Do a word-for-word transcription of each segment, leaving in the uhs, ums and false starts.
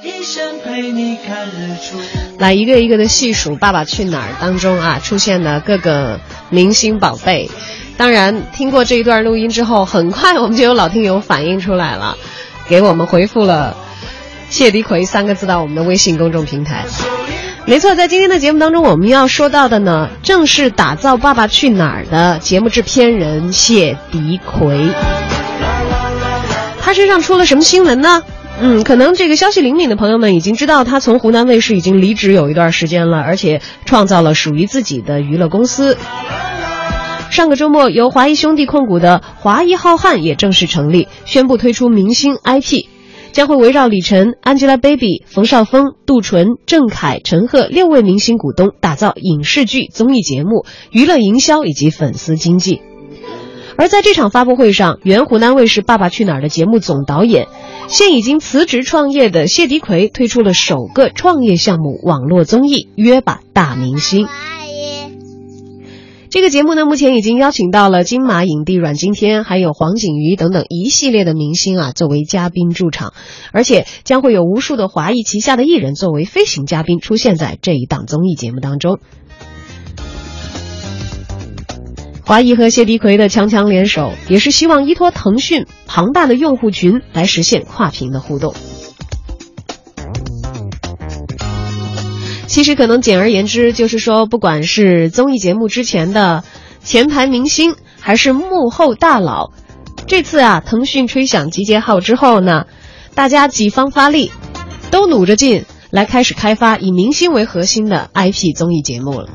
一生陪你看日出。 来一个一个的细数《爸爸去哪儿》当中啊出现的各个明星宝贝。当然听过这一段录音之后，很快我们就有老听友反映出来了，给我们回复了谢迪奎三个字到我们的微信公众平台。没错，在今天的节目当中，我们要说到的呢，正是打造《爸爸去哪儿》的节目制片人谢迪奎。他身上出了什么新闻呢？嗯，可能这个消息灵敏的朋友们已经知道，他从湖南卫视已经离职有一段时间了，而且创造了属于自己的娱乐公司。上个周末，由华谊兄弟控股的华谊浩瀚也正式成立，宣布推出明星 I P， 将会围绕李晨、Angelababy、冯绍峰、杜淳、郑恺、陈赫六位明星股东，打造影视剧、综艺节目、娱乐营销以及粉丝经济。而在这场发布会上，原湖南卫视《爸爸去哪儿》的节目总导演、现已经辞职创业的谢迪奎推出了首个创业项目网络综艺《约吧大明星》。这个节目呢，目前已经邀请到了金马影帝阮经天，还有黄景瑜等等一系列的明星啊作为嘉宾驻场，而且将会有无数的华谊旗下的艺人作为飞行嘉宾出现在这一档综艺节目当中。华谊和谢迪奎的强强联手，也是希望依托腾讯庞大的用户群来实现跨屏的互动。其实可能简而言之就是说，不管是综艺节目之前的前台明星，还是幕后大佬，这次啊腾讯吹响集结号之后呢，大家几方发力，都努着劲来开始开发以明星为核心的 I P 综艺节目了。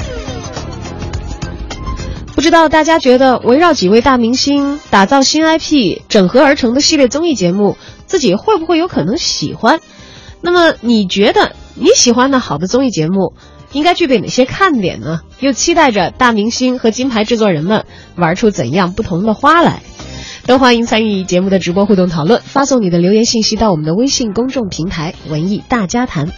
不知道大家觉得围绕几位大明星打造新 I P 整合而成的系列综艺节目，自己会不会有可能喜欢？那么你觉得你喜欢的好的综艺节目应该具备哪些看点呢？又期待着大明星和金牌制作人们玩出怎样不同的花来？都欢迎参与节目的直播互动讨论，发送你的留言信息到我们的微信公众平台文艺大家谈。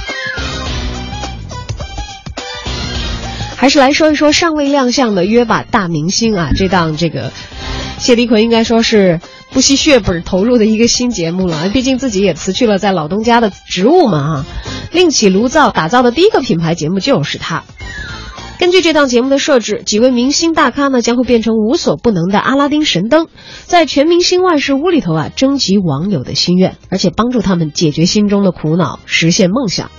还是来说一说尚未亮相的约吧大明星啊，这档这个谢迪奎应该说是不惜血本投入的一个新节目了，毕竟自己也辞去了在老东家的职务嘛啊，另起炉灶打造的第一个品牌节目就是他。根据这档节目的设置，几位明星大咖呢将会变成无所不能的阿拉丁神灯，在全明星万事屋里头啊征集网友的心愿，而且帮助他们解决心中的苦恼，实现梦想。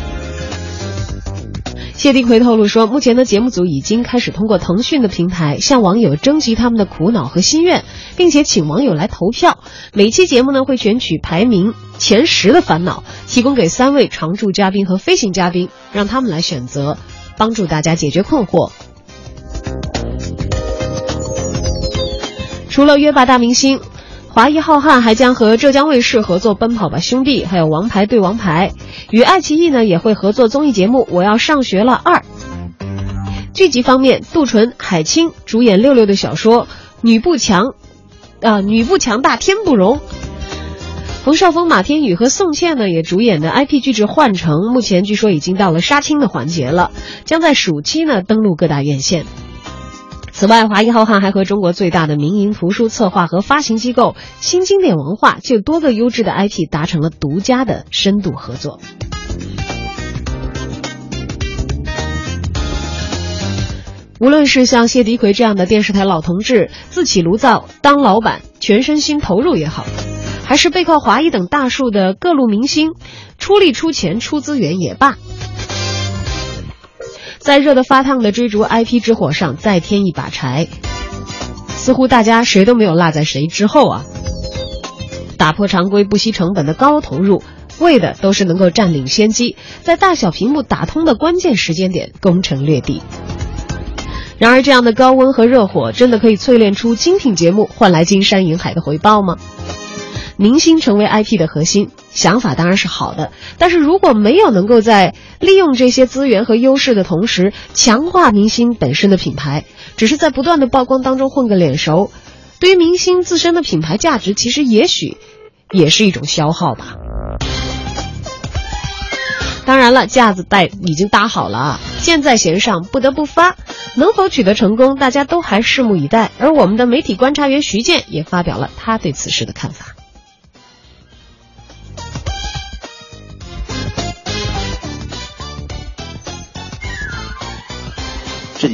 谢迪奎透露说，目前的节目组已经开始通过腾讯的平台向网友征集他们的苦恼和心愿，并且请网友来投票。每期节目呢会选取排名前十的烦恼，提供给三位常驻嘉宾和飞行嘉宾，让他们来选择，帮助大家解决困惑。除了约吧大明星，华谊浩瀚还将和浙江卫视合作《奔跑吧兄弟》，还有《王牌对王牌》，与爱奇艺呢也会合作综艺节目《我要上学了二》。剧集方面，杜淳、海清主演六六的小说《女不强，啊女不强大天不容》。冯绍峰、马天宇和宋茜呢也主演的 I P 剧制《幻城》，目前据说已经到了杀青的环节了，将在暑期呢登陆各大院线。此外，华谊浩瀚还和中国最大的民营图书策划和发行机构新经典文化就多个优质的 I P 达成了独家的深度合作。无论是像谢迪奎这样的电视台老同志自起炉灶当老板，全身心投入也好，还是背靠华谊等大树的各路明星出力出钱出资源也罢，在热得发烫的追逐 I P 之火上再添一把柴，似乎大家谁都没有落在谁之后啊！打破常规不惜成本的高投入，为的都是能够占领先机，在大小屏幕打通的关键时间点攻城略地。然而这样的高温和热火真的可以淬炼出精品节目，换来金山银海的回报吗？明星成为 I P 的核心，想法当然是好的，但是如果没有能够在利用这些资源和优势的同时强化明星本身的品牌，只是在不断的曝光当中混个脸熟，对于明星自身的品牌价值其实也许也是一种消耗吧。当然了，架子带已经搭好了啊，箭在弦上不得不发，能否取得成功大家都还拭目以待。而我们的媒体观察员徐健也发表了他对此事的看法。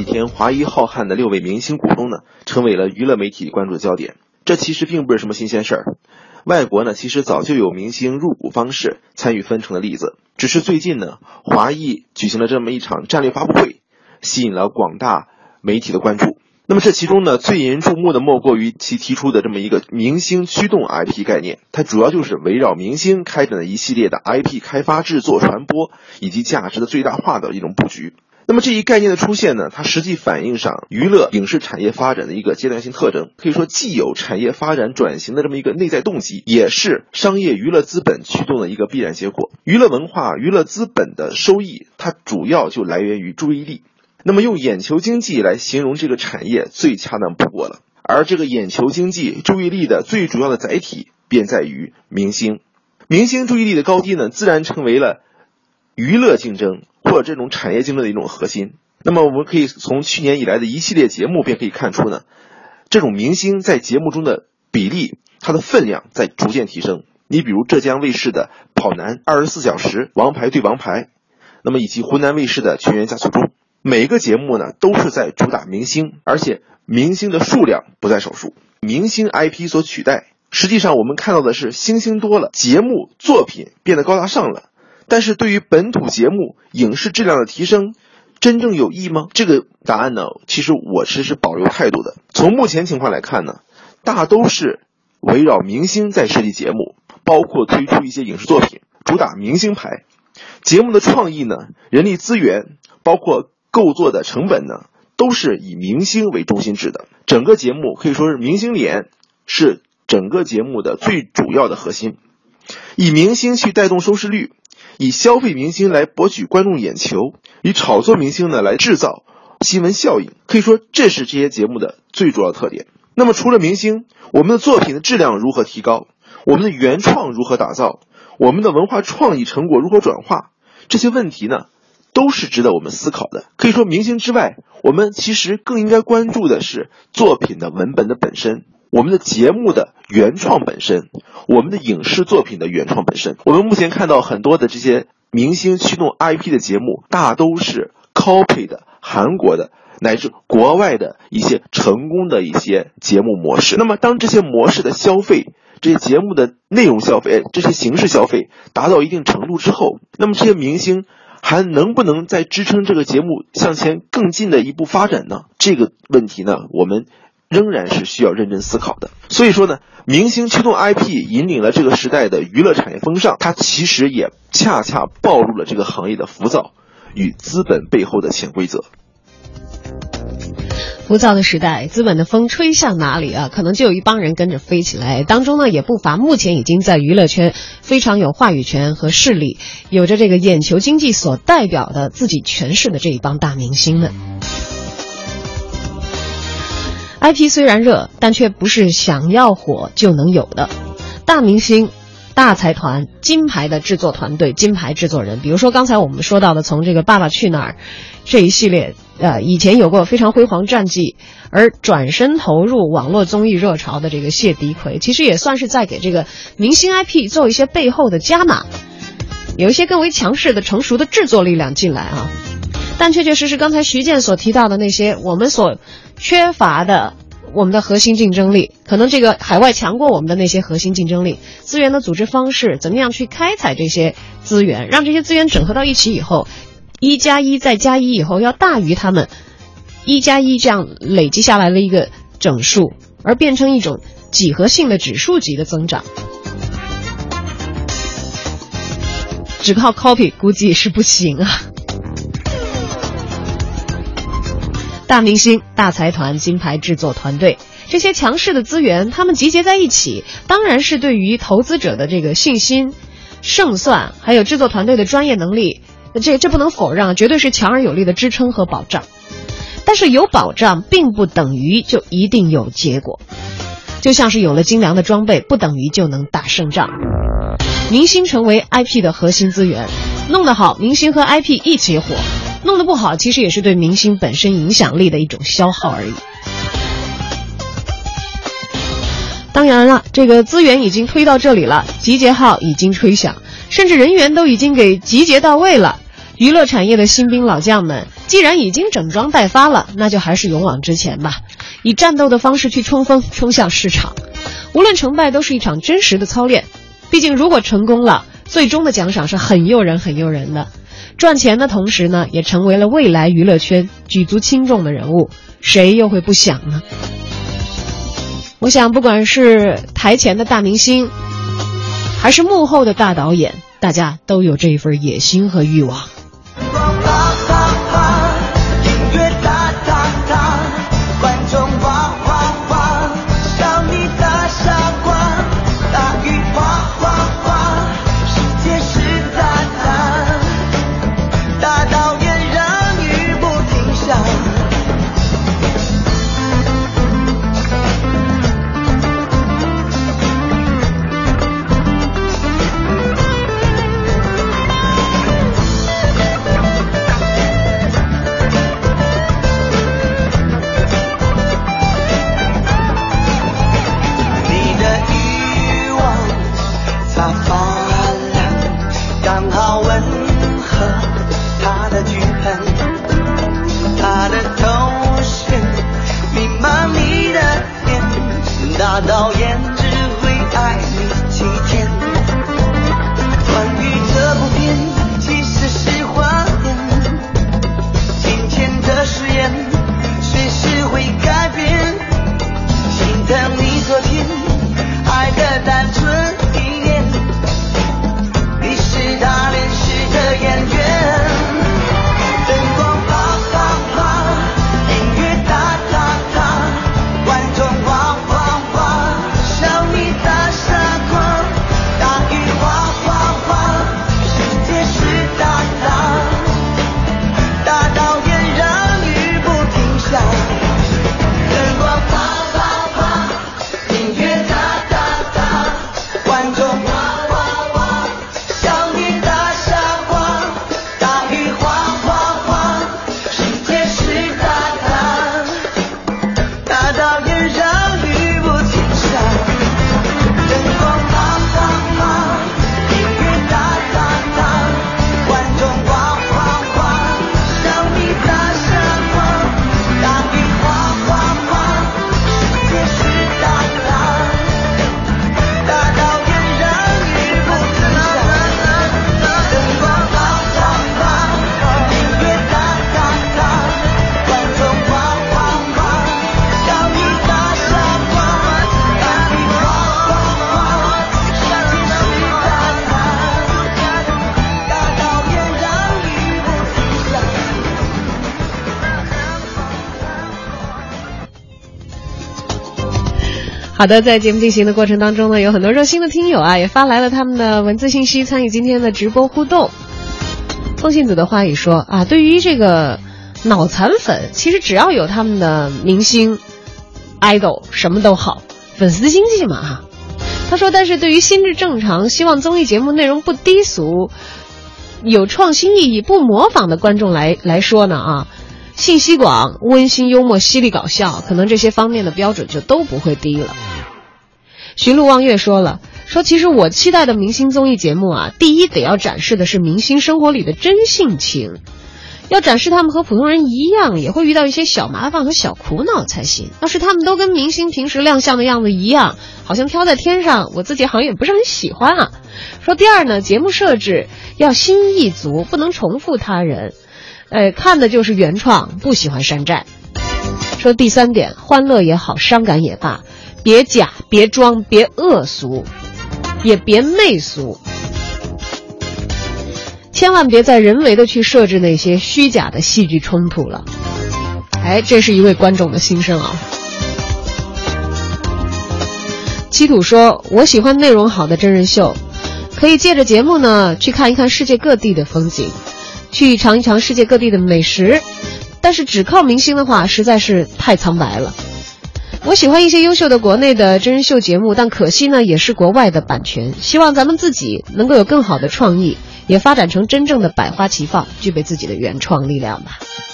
几天华谊浩瀚的六位明星股东呢，成为了娱乐媒体关注的焦点。这其实并不是什么新鲜事儿，外国呢其实早就有明星入股方式参与分成的例子，只是最近呢，华谊举行了这么一场战略发布会，吸引了广大媒体的关注。那么这其中呢，最引人注目的莫过于其提出的这么一个明星驱动 I P 概念，它主要就是围绕明星开展了一系列的 I P 开发、制作、传播以及价值的最大化的一种布局。那么这一概念的出现呢，它实际反映上娱乐影视产业发展的一个阶段性特征，可以说既有产业发展转型的这么一个内在动机，也是商业娱乐资本驱动的一个必然结果。娱乐文化、娱乐资本的收益，它主要就来源于注意力。那么用眼球经济来形容这个产业最恰当不过了，而这个眼球经济注意力的最主要的载体便在于明星。明星注意力的高低呢，自然成为了娱乐竞争或者这种产业竞争的一种核心。那么我们可以从去年以来的一系列节目便可以看出呢，这种明星在节目中的比例，它的分量在逐渐提升。你比如浙江卫视的跑男二十四小时、王牌对王牌，那么以及湖南卫视的全员加速中，每个节目呢都是在主打明星，而且明星的数量不在少数。明星 I P 所取代，实际上我们看到的是星星多了，节目作品变得高大上了，但是对于本土节目影视质量的提升真正有益吗？这个答案呢，其实我持是保留态度的。从目前情况来看呢，大都是围绕明星在设计节目，包括推出一些影视作品，主打明星牌。节目的创意呢，人力资源，包括构作的成本呢，都是以明星为中心制的。整个节目可以说是明星脸，是整个节目的最主要的核心。以明星去带动收视率，以消费明星来博取观众眼球，以炒作明星呢来制造新闻效应，可以说这是这些节目的最主要特点。那么除了明星，我们的作品的质量如何提高，我们的原创如何打造，我们的文化创意成果如何转化，这些问题呢都是值得我们思考的。可以说明星之外，我们其实更应该关注的是作品的文本的本身，我们的节目的原创本身，我们的影视作品的原创本身。我们目前看到很多的这些明星驱动 I P 的节目，大都是 copy 的韩国的乃至国外的一些成功的一些节目模式。那么当这些模式的消费，这些节目的内容消费，这些形式消费达到一定程度之后，那么这些明星还能不能再支撑这个节目向前更近的一步发展呢？这个问题呢，我们仍然是需要认真思考的。所以说呢，明星驱动 I P 引领了这个时代的娱乐产业风尚，它其实也恰恰暴露了这个行业的浮躁与资本背后的潜规则。 浮躁的时代，资本的风吹向哪里啊，可能就有一帮人跟着飞起来。当中呢，也不乏目前已经在娱乐圈非常有话语权和势力，有着这个眼球经济所代表的自己诠释的这一帮大明星们。I P 虽然热，但却不是想要火就能有的。大明星、大财团、金牌的制作团队、金牌制作人，比如说刚才我们说到的，从这个《爸爸去哪儿》这一系列，呃，以前有过非常辉煌战绩，而转身投入网络综艺热潮的这个谢迪奎，其实也算是在给这个明星 I P 做一些背后的加码，有一些更为强势的、成熟的制作力量进来啊。但确确实实刚才徐健所提到的那些我们所缺乏的我们的核心竞争力，可能这个海外强过我们的那些核心竞争力，资源的组织方式，怎么样去开采这些资源，让这些资源整合到一起以后，一加一再加一以后要大于他们一加一这样累积下来的一个整数，而变成一种几何性的指数级的增长。只靠 copy 估计是不行啊。大明星、大财团、金牌制作团队，这些强势的资源，他们集结在一起，当然是对于投资者的这个信心、胜算，还有制作团队的专业能力，这这不能否认，绝对是强而有力的支撑和保障。但是有保障并不等于就一定有结果，就像是有了精良的装备，不等于就能打胜仗。明星成为 I P 的核心资源，弄得好，明星和 I P 一起火；弄得不好，其实也是对明星本身影响力的一种消耗而已。当然了，这个资源已经推到这里了，集结号已经吹响，甚至人员都已经给集结到位了。娱乐产业的新兵老将们既然已经整装待发了，那就还是勇往直前吧，以战斗的方式去冲锋，冲向市场。无论成败，都是一场真实的操练。毕竟如果成功了，最终的奖赏是很诱人很诱人的，赚钱的同时呢，也成为了未来娱乐圈举足轻重的人物，谁又会不想呢？我想不管是台前的大明星，还是幕后的大导演，大家都有这一份野心和欲望。 大导演只会爱你几天。关于这部片其实是谎言，今天的誓言随时会改变。心疼你昨天爱的单纯一点，你是大连市的演员。灯光啪啪啪，音乐哒哒哒，观众哗哗哗，笑你大傻瓜，大雨哗哗哗，世界是大大，大导演让雨不停下。灯光啪啪啪，音乐哒哒哒，观众哗哗哗，笑你大傻瓜，大雨哗哗哗，世界是大大，大导演让雨不停下。灯光啪啪啪，音乐哒哒哒，观众哗哗哗，笑你大傻瓜，大雨哗哗哗，世界是大大，大导演让雨不停下。灯光啪啪啪，音乐哒哒哒，观众哗哗哗，笑你大傻瓜，大雨哗哗哗，世界是大大，大导演让雨不停下。 好的，在节目进行的过程当中呢，有很多热心的听友啊，也发来了他们的文字信息，参与今天的直播互动。风信子的话也说啊，对于这个脑残粉，其实只要有他们的明星 idol 什么都好，粉丝经济嘛哈。他说，但是对于心智正常，希望综艺节目内容不低俗，有创新意义，不模仿的观众来来说呢啊，信息广、温馨、幽默、犀利、搞笑，可能这些方面的标准就都不会低了。寻路望月说了，说其实我期待的明星综艺节目啊，第一得要展示的是明星生活里的真性情，要展示他们和普通人一样，也会遇到一些小麻烦和小苦恼才行。要是他们都跟明星平时亮相的样子一样，好像飘在天上，我自己好像也不是很喜欢啊。说第二呢，节目设置要新意足，不能重复他人，呃，看的就是原创，不喜欢山寨。说第三点，欢乐也好，伤感也罢，别假，别装，别恶俗，也别媚俗，千万别再人为的去设置那些虚假的戏剧冲突了。哎，这是一位观众的心声啊。七土说，我喜欢内容好的真人秀，可以借着节目呢去看一看世界各地的风景，去尝一尝世界各地的美食，但是只靠明星的话实在是太苍白了。我喜欢一些优秀的国内的真人秀节目，但可惜呢也是国外的版权，希望咱们自己能够有更好的创意，也发展成真正的百花齐放，具备自己的原创力量吧。